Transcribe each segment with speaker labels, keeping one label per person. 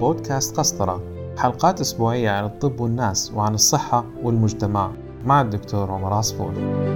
Speaker 1: بودكاست قسطرة، حلقات أسبوعية عن الطب والناس وعن الصحة والمجتمع مع الدكتور عمر عصفور.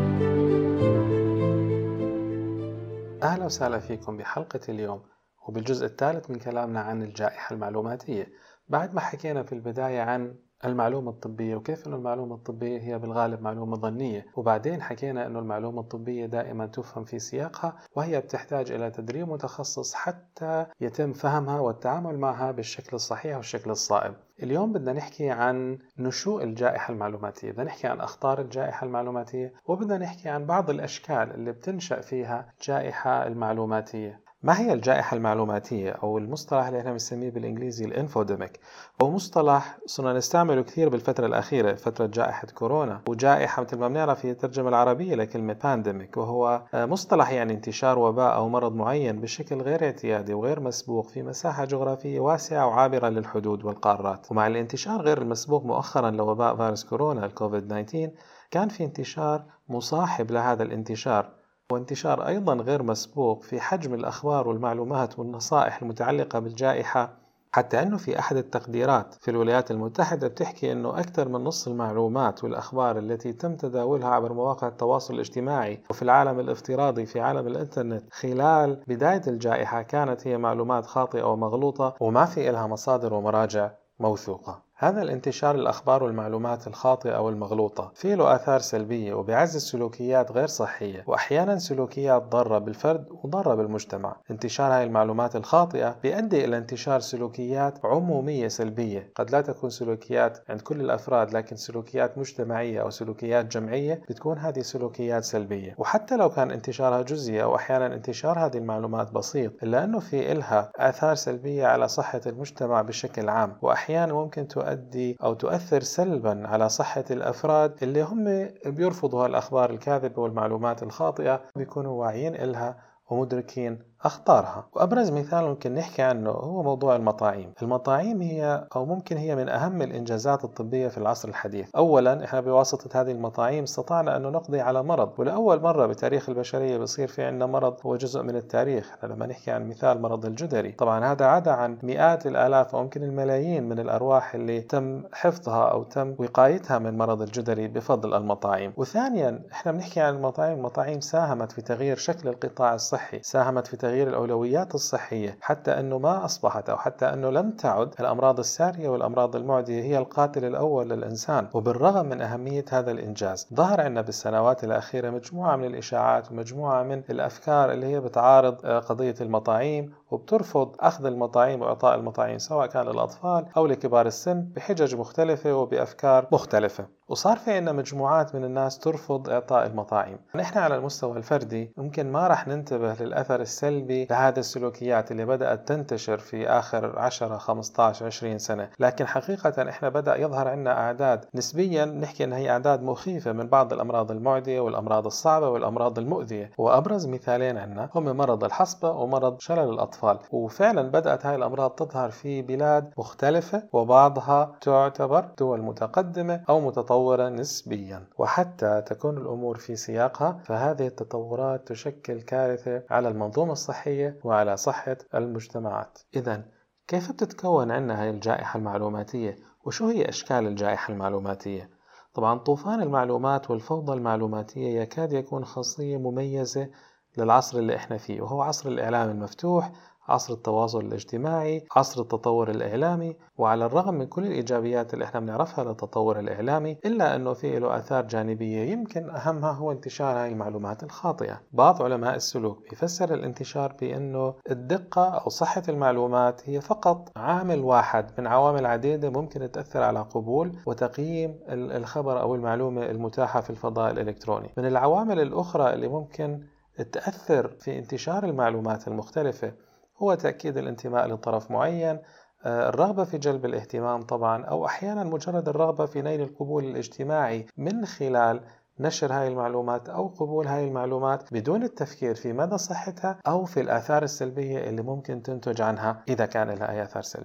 Speaker 1: أهلا وسهلا فيكم بحلقة اليوم وبالجزء الثالث من كلامنا عن الجائحة المعلوماتية. بعد ما حكينا في البداية عن المعلومة الطبية وكيف أن المعلومة الطبية هي بالغالب معلومة ظنية، وبعدين حكينا أن المعلومة الطبية دائما تفهم في سياقها وهي بتحتاج إلى تدريب متخصص حتى يتم فهمها والتعامل معها بالشكل الصحيح والشكل الصائب. اليوم بدنا نحكي عن نشوء الجائحة المعلوماتية، بدنا نحكي عن أخطار الجائحة المعلوماتية، وبدنا نحكي عن بعض الأشكال اللي بتنشأ فيها الجائحة المعلوماتية. ما هي الجائحة المعلوماتية أو المصطلح اللي احنا بنسميه بالإنجليزي الانفوديميك، أو مصطلح صرنا نستعمله كثير بالفترة الأخيرة، فترة جائحة كورونا، وجائحة مثل ما بنعرف هي الترجمة العربية لكلمة بانديميك، وهو مصطلح يعني انتشار وباء أو مرض معين بشكل غير اعتيادي وغير مسبوق في مساحة جغرافية واسعة وعابرة للحدود والقارات. ومع الانتشار غير المسبوق مؤخرا لوباء فيروس كورونا الكوفيد 19 كان في انتشار مصاحب لهذا الانتشار، وانتشار أيضا غير مسبوق في حجم الأخبار والمعلومات والنصائح المتعلقة بالجائحة، حتى أنه في أحد التقديرات في الولايات المتحدة بتحكي أنه أكثر من نصف المعلومات والأخبار التي تم تداولها عبر مواقع التواصل الاجتماعي وفي العالم الافتراضي في عالم الإنترنت خلال بداية الجائحة كانت هي معلومات خاطئة ومغلوطة وما في إلها مصادر ومراجع موثوقة. هذا الانتشار الأخبار والمعلومات الخاطئة والمغلوطة فيه له آثار سلبية وبيعزز سلوكيات غير صحية وأحيانا سلوكيات ضارة بالفرد وضارة بالمجتمع. انتشار هذه المعلومات الخاطئة بيؤدي إلى انتشار سلوكيات عمومية سلبية، قد لا تكون سلوكيات عند كل الأفراد لكن سلوكيات مجتمعية أو سلوكيات جمعية بتكون هذه سلوكيات سلبية. وحتى لو كان انتشارها جزئي أو أحيانا انتشار هذه المعلومات بسيط، إلا أنه في إلها آثار سلبية على صحة المجتمع بشكل عام، وأحيانا ممكن تؤدي أو تؤثر سلبا على صحة الأفراد اللي هم بيرفضوا الأخبار الكاذبة والمعلومات الخاطئة، بيكونوا واعيين إلها ومدركين أخطارها. وأبرز مثال ممكن نحكي عنه هو موضوع المطاعيم. المطاعيم هي أو ممكن هي من أهم الإنجازات الطبية في العصر الحديث. أولا إحنا بواسطة هذه المطاعيم استطعنا أن نقضي على مرض، ولأول مرة بتاريخ البشرية بيصير في عندنا مرض هو جزء من التاريخ. لما نحكي عن مثال مرض الجدري، طبعا هذا عدا عن مئات الآلاف وممكن الملايين من الأرواح اللي تم حفظها أو تم وقايتها من مرض الجدري بفضل المطاعيم. وثانيا إحنا بنحكي عن المطاعيم ساهمت في تغيير شكل القطاع الصحي، ساهمت في تغيير الأولويات الصحية، حتى أنه ما أصبحت أو حتى أنه لم تعد الأمراض السارية والأمراض المعدية هي القاتل الأول للإنسان. وبالرغم من أهمية هذا الإنجاز ظهر عندنا بالسنوات الأخيرة مجموعة من الإشاعات ومجموعة من الأفكار اللي هي بتعارض قضية المطاعيم وبترفض أخذ المطاعيم وإعطاء المطاعيم سواء كان للأطفال أو لكبار السن بحجج مختلفة وبأفكار مختلفة. وصار في عندنا مجموعات من الناس ترفض إعطاء المطاعم. نحن على المستوى الفردي ممكن ما رح ننتبه للأثر السلبي لهذه السلوكيات اللي بدأت تنتشر في آخر 10 15 20 سنة، لكن حقيقة إحنا بدأ يظهر عندنا أعداد نسبيا نحكي أنها هي أعداد مخيفة من بعض الأمراض المعدية والأمراض الصعبة والأمراض المؤذية. وأبرز مثالين عندنا هم مرض الحصبة ومرض شلل الأطفال. وفعلا بدأت هاي الأمراض تظهر في بلاد مختلفة وبعضها تعتبر دول متقدمة أو متطورة نسبيا. وحتى تكون الأمور في سياقها فهذه التطورات تشكل كارثة على المنظومة الصحية وعلى صحة المجتمعات. إذن كيف بتتكون عندنا هاي الجائحة المعلوماتية؟ وشو هي أشكال الجائحة المعلوماتية؟ طبعا طوفان المعلومات والفوضى المعلوماتية يكاد يكون خاصية مميزة للعصر اللي احنا فيه، وهو عصر الإعلام المفتوح، عصر التواصل الاجتماعي، عصر التطور الإعلامي. وعلى الرغم من كل الإيجابيات اللي احنا بنعرفها للتطور الإعلامي إلا أنه فيه له آثار جانبية، يمكن أهمها هو انتشار هاي المعلومات الخاطئة. بعض علماء السلوك بيفسر الانتشار بأنه الدقة أو صحة المعلومات هي فقط عامل واحد من عوامل عديدة ممكن تأثر على قبول وتقييم الخبر أو المعلومة المتاحة في الفضاء الإلكتروني. من العوامل الأخرى اللي ممكن تأثر في انتشار المعلومات المختلفة هو تأكيد الانتماء لطرف معين، الرغبة في جلب الاهتمام طبعا، أو أحيانا مجرد الرغبة في نيل القبول الاجتماعي من خلال نشر هاي المعلومات أو قبول هاي المعلومات بدون التفكير في مدى صحتها أو في الآثار السلبية اللي ممكن تنتج عنها إذا كان لها أي آثار سلبية.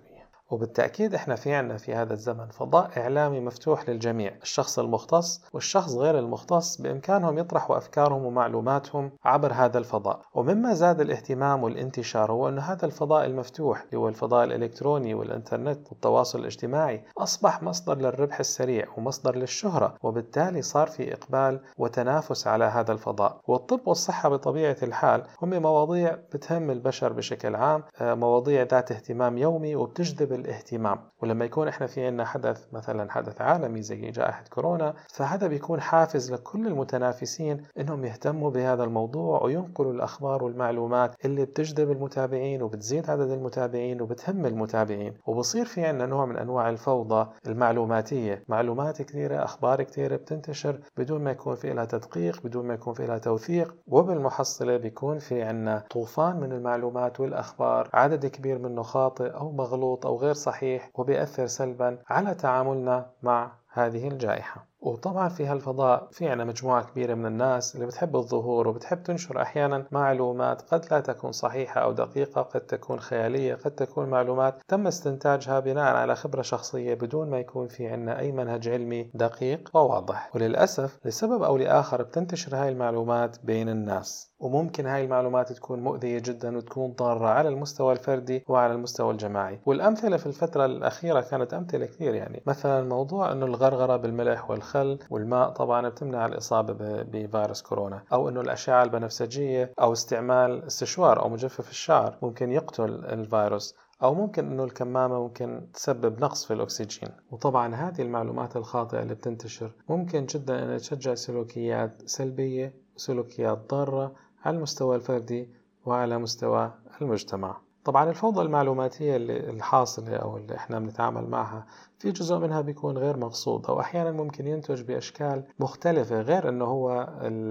Speaker 1: وبالتأكيد إحنا في عنا في هذا الزمن فضاء إعلامي مفتوح للجميع، الشخص المختص والشخص غير المختص بإمكانهم يطرحوا أفكارهم ومعلوماتهم عبر هذا الفضاء. ومما زاد الاهتمام والانتشار هو أن هذا الفضاء المفتوح اللي هو الفضاء الإلكتروني والإنترنت والتواصل الاجتماعي أصبح مصدر للربح السريع ومصدر للشهرة، وبالتالي صار في إقبال وتنافس على هذا الفضاء. والطب والصحة بطبيعة الحال هم مواضيع بتهم البشر بشكل عام، مواضيع ذات اهتمام يومي وبتجذب الاهتمام. ولما يكون احنا في عنا حدث مثلا حدث عالمي زي جائحة كورونا، فهذا بيكون حافز لكل المتنافسين انهم يهتموا بهذا الموضوع وينقلوا الاخبار والمعلومات اللي بتجذب المتابعين وبتزيد عدد المتابعين وبتهم المتابعين. وبصير في عنا نوع من انواع الفوضى المعلوماتية، معلومات كثيرة، اخبار كثيرة بتنتشر بدون ما يكون في لها تدقيق، بدون ما يكون في لها توثيق، وبالمحصلة بيكون في عنا طوفان من المعلومات والأخبار، عدد كبير منه خاطئ أو مغلوط أو غير صحيح، وبيأثر سلبا على تعاملنا مع هذه الجائحة. وطبعا في هالفضاء في عنا مجموعة كبيرة من الناس اللي بتحب الظهور وبتحب تنشر أحيانا معلومات قد لا تكون صحيحة أو دقيقة، قد تكون خيالية، قد تكون معلومات تم استنتاجها بناء على خبرة شخصية بدون ما يكون في عنا أي منهج علمي دقيق وواضح. وللأسف لسبب أو لآخر بتنتشر هاي المعلومات بين الناس، وممكن هاي المعلومات تكون مؤذية جدا وتكون ضارة على المستوى الفردي وعلى المستوى الجماعي. والأمثلة في الفترة الأخيرة كانت أمثلة كثير، يعني مثلا موضوع أنه الغرغرة بالملح والخل والماء طبعا بتمنع الإصابة بفيروس كورونا، أو أنه الأشعة البنفسجية أو استعمال السشوار أو مجفف الشعر ممكن يقتل الفيروس، أو ممكن أنه الكمامة ممكن تسبب نقص في الأكسجين. وطبعا هذه المعلومات الخاطئة اللي بتنتشر ممكن جدا أن تشجع سلوكيات سلبية وسلوكيات ضارة على المستوى الفردي وعلى مستوى المجتمع. طبعا الفوضى المعلوماتية اللي الحاصلة أو اللي احنا بنتعامل معها في جزء منها بيكون غير مقصود، أو أحيانا ممكن ينتج بأشكال مختلفة، غير أنه هو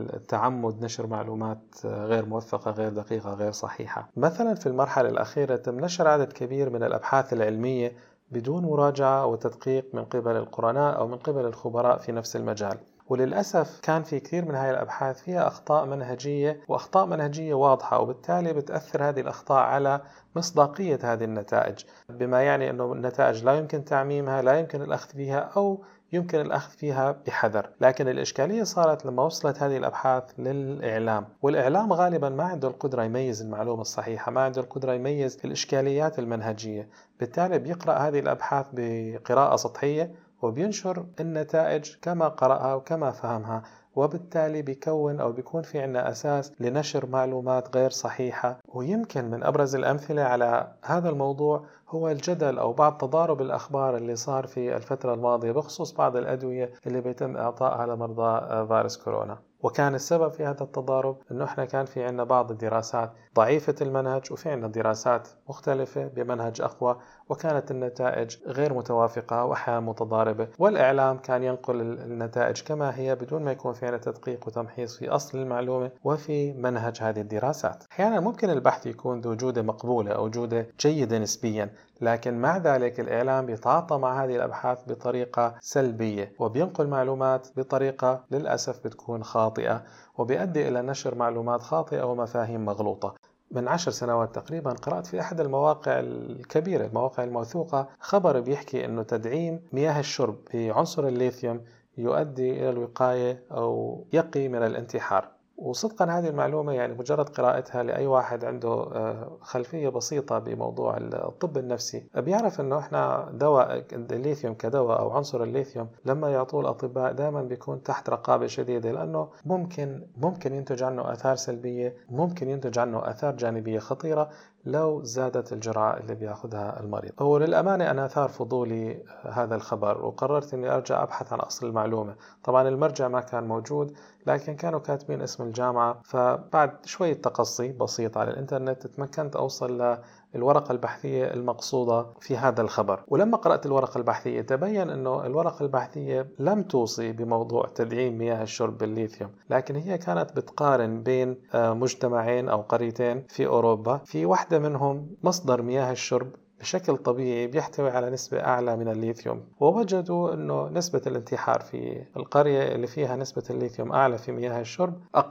Speaker 1: التعمد نشر معلومات غير موثقة، غير دقيقة، غير صحيحة. مثلا في المرحلة الأخيرة تم نشر عدد كبير من الأبحاث العلمية بدون مراجعة وتدقيق من قبل القرناء أو من قبل الخبراء في نفس المجال. وللأسف كان في كثير من هاي الأبحاث فيها أخطاء منهجية وأخطاء منهجية واضحة، وبالتالي بتأثر هذه الأخطاء على مصداقية هذه النتائج، بما يعني أنه النتائج لا يمكن تعميمها، لا يمكن الأخذ فيها، أو يمكن الأخذ فيها بحذر. لكن الإشكالية صارت لما وصلت هذه الأبحاث للإعلام، والإعلام غالبا ما عنده القدرة يميز المعلومة الصحيحة، ما عنده القدرة يميز الإشكاليات المنهجية، بالتالي بيقرأ هذه الأبحاث بقراءة سطحية وبينشر النتائج كما قرأها وكما فهمها، وبالتالي بيكون أو بيكون في عنا أساس لنشر معلومات غير صحيحة. ويمكن من أبرز الأمثلة على هذا الموضوع هو الجدل أو بعض تضارب الأخبار اللي صار في الفترة الماضية بخصوص بعض الأدوية اللي بيتم إعطائها لمرضى فيروس كورونا. وكان السبب في هذا التضارب أنه إحنا كان في عنا بعض الدراسات ضعيفة المنهج، وفي عنا دراسات مختلفة بمنهج أقوى، وكانت النتائج غير متوافقة وأحيانا متضاربة، والإعلام كان ينقل النتائج كما هي بدون ما يكون في عنا تدقيق وتمحيص في أصل المعلومة وفي منهج هذه الدراسات. أحيانا ممكن البحث يكون ذو جودة مقبولة أو جودة جيدة نسبيا، لكن مع ذلك الإعلام بيتعاطى مع هذه الأبحاث بطريقة سلبية وبينقل معلومات بطريقة للأسف بتكون خاطئة، وبيؤدي إلى نشر معلومات خاطئة ومفاهيم مغلوطة. من 10 سنوات تقريبا قرأت في أحد المواقع الكبيرة، المواقع الموثوقة، خبر بيحكي أنه تدعيم مياه الشرب بعنصر الليثيوم يؤدي إلى الوقاية أو يقي من الانتحار. وصدقا هذه المعلومة يعني مجرد قراءتها لأي واحد عنده خلفية بسيطة بموضوع الطب النفسي بيعرف أنه إحنا دواء الليثيوم كدواء أو عنصر الليثيوم لما يعطوه الأطباء دائما بيكون تحت رقابة شديدة، لأنه ممكن ينتج عنه آثار سلبية، ممكن ينتج عنه آثار جانبية خطيرة لو زادت الجرعة اللي بياخذها المريض. وللأمانة أنا أثار فضولي هذا الخبر وقررت أني أرجع أبحث عن أصل المعلومة. طبعا المرجع ما كان موجود، لكن كانوا كاتبين اسم الجامعة، فبعد شوية تقصي بسيط على الإنترنت تمكنت أوصل للورقة البحثية المقصودة في هذا الخبر. ولما قرأت الورقة البحثية تبين أنه الورقة البحثية لم توصي بموضوع تدعيم مياه الشرب بالليثيوم، لكن هي كانت بتقارن بين مجتمعين أو قريتين في أوروبا، في واحدة منهم مصدر مياه الشرب بشكل طبيعي بيحتوي على نسبة أعلى من الليثيوم، ووجدوا أنه نسبة الانتحار في القرية اللي فيها نسبة الليثيوم أعلى في مياه الشرب أقل.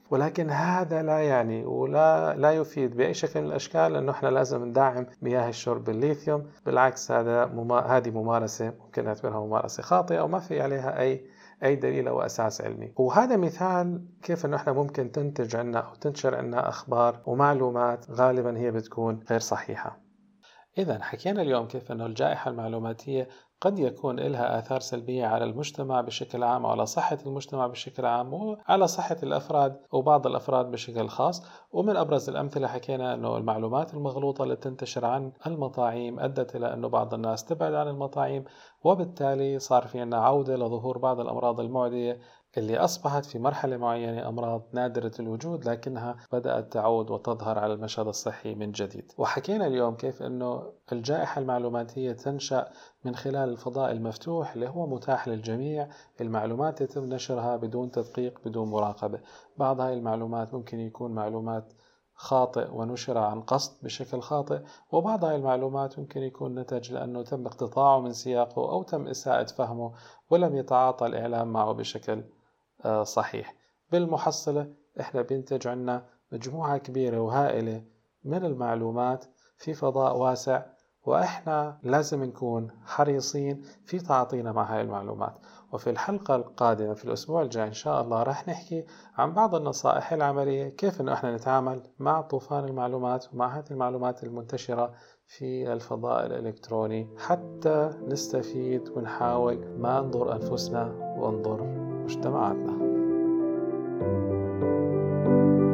Speaker 1: ولكن هذا لا يعني لا يفيد بأي شكل من الأشكال أنه إحنا لازم ندعم مياه الشرب بالليثيوم. بالعكس، هذه ممارسة ممكن نعتبرها ممارسة خاطئة وما في عليها أي دليل أو أساس علمي. وهذا مثال كيف أنه إحنا ممكن تنتج عنا أو تنشر عنا أخبار ومعلومات غالبا هي بتكون غير صحيحة. إذا حكينا اليوم كيف أنه الجائحة المعلوماتية قد يكون لها آثار سلبية على المجتمع بشكل عام وعلى صحة المجتمع بشكل عام وعلى صحة الأفراد وبعض الأفراد بشكل خاص. ومن أبرز الأمثلة حكينا أنه المعلومات المغلوطة اللي تنتشر عن المطاعيم أدت إلى أنه بعض الناس تبعد عن المطاعيم، وبالتالي صار في عنا عودة لظهور بعض الأمراض المعدية اللي أصبحت في مرحلة معينة أمراض نادرة الوجود لكنها بدأت تعود وتظهر على المشهد الصحي من جديد. وحكينا اليوم كيف أنه الجائحة المعلوماتية تنشأ من خلال الفضاء المفتوح اللي هو متاح للجميع. المعلومات يتم نشرها بدون تدقيق بدون مراقبة. بعض هاي المعلومات ممكن يكون معلومات خاطئ ونشر عن قصد بشكل خاطئ، وبعض هاي المعلومات ممكن يكون نتج لأنه تم اقتطاعه من سياقه أو تم إساءة فهمه ولم يتعاطى الإعلام معه بشكل صحيح. بالمحصلة إحنا بينتج عنا مجموعة كبيرة وهائلة من المعلومات في فضاء واسع، وإحنا لازم نكون حريصين في تعاطينا مع هاي المعلومات. وفي الحلقة القادمة في الأسبوع الجاي إن شاء الله راح نحكي عن بعض النصائح العملية كيف إنه إحنا نتعامل مع طوفان المعلومات ومع هذه المعلومات المنتشرة في الفضاء الإلكتروني حتى نستفيد ونحاول ما نضر أنفسنا ونضر مجتمعاتنا.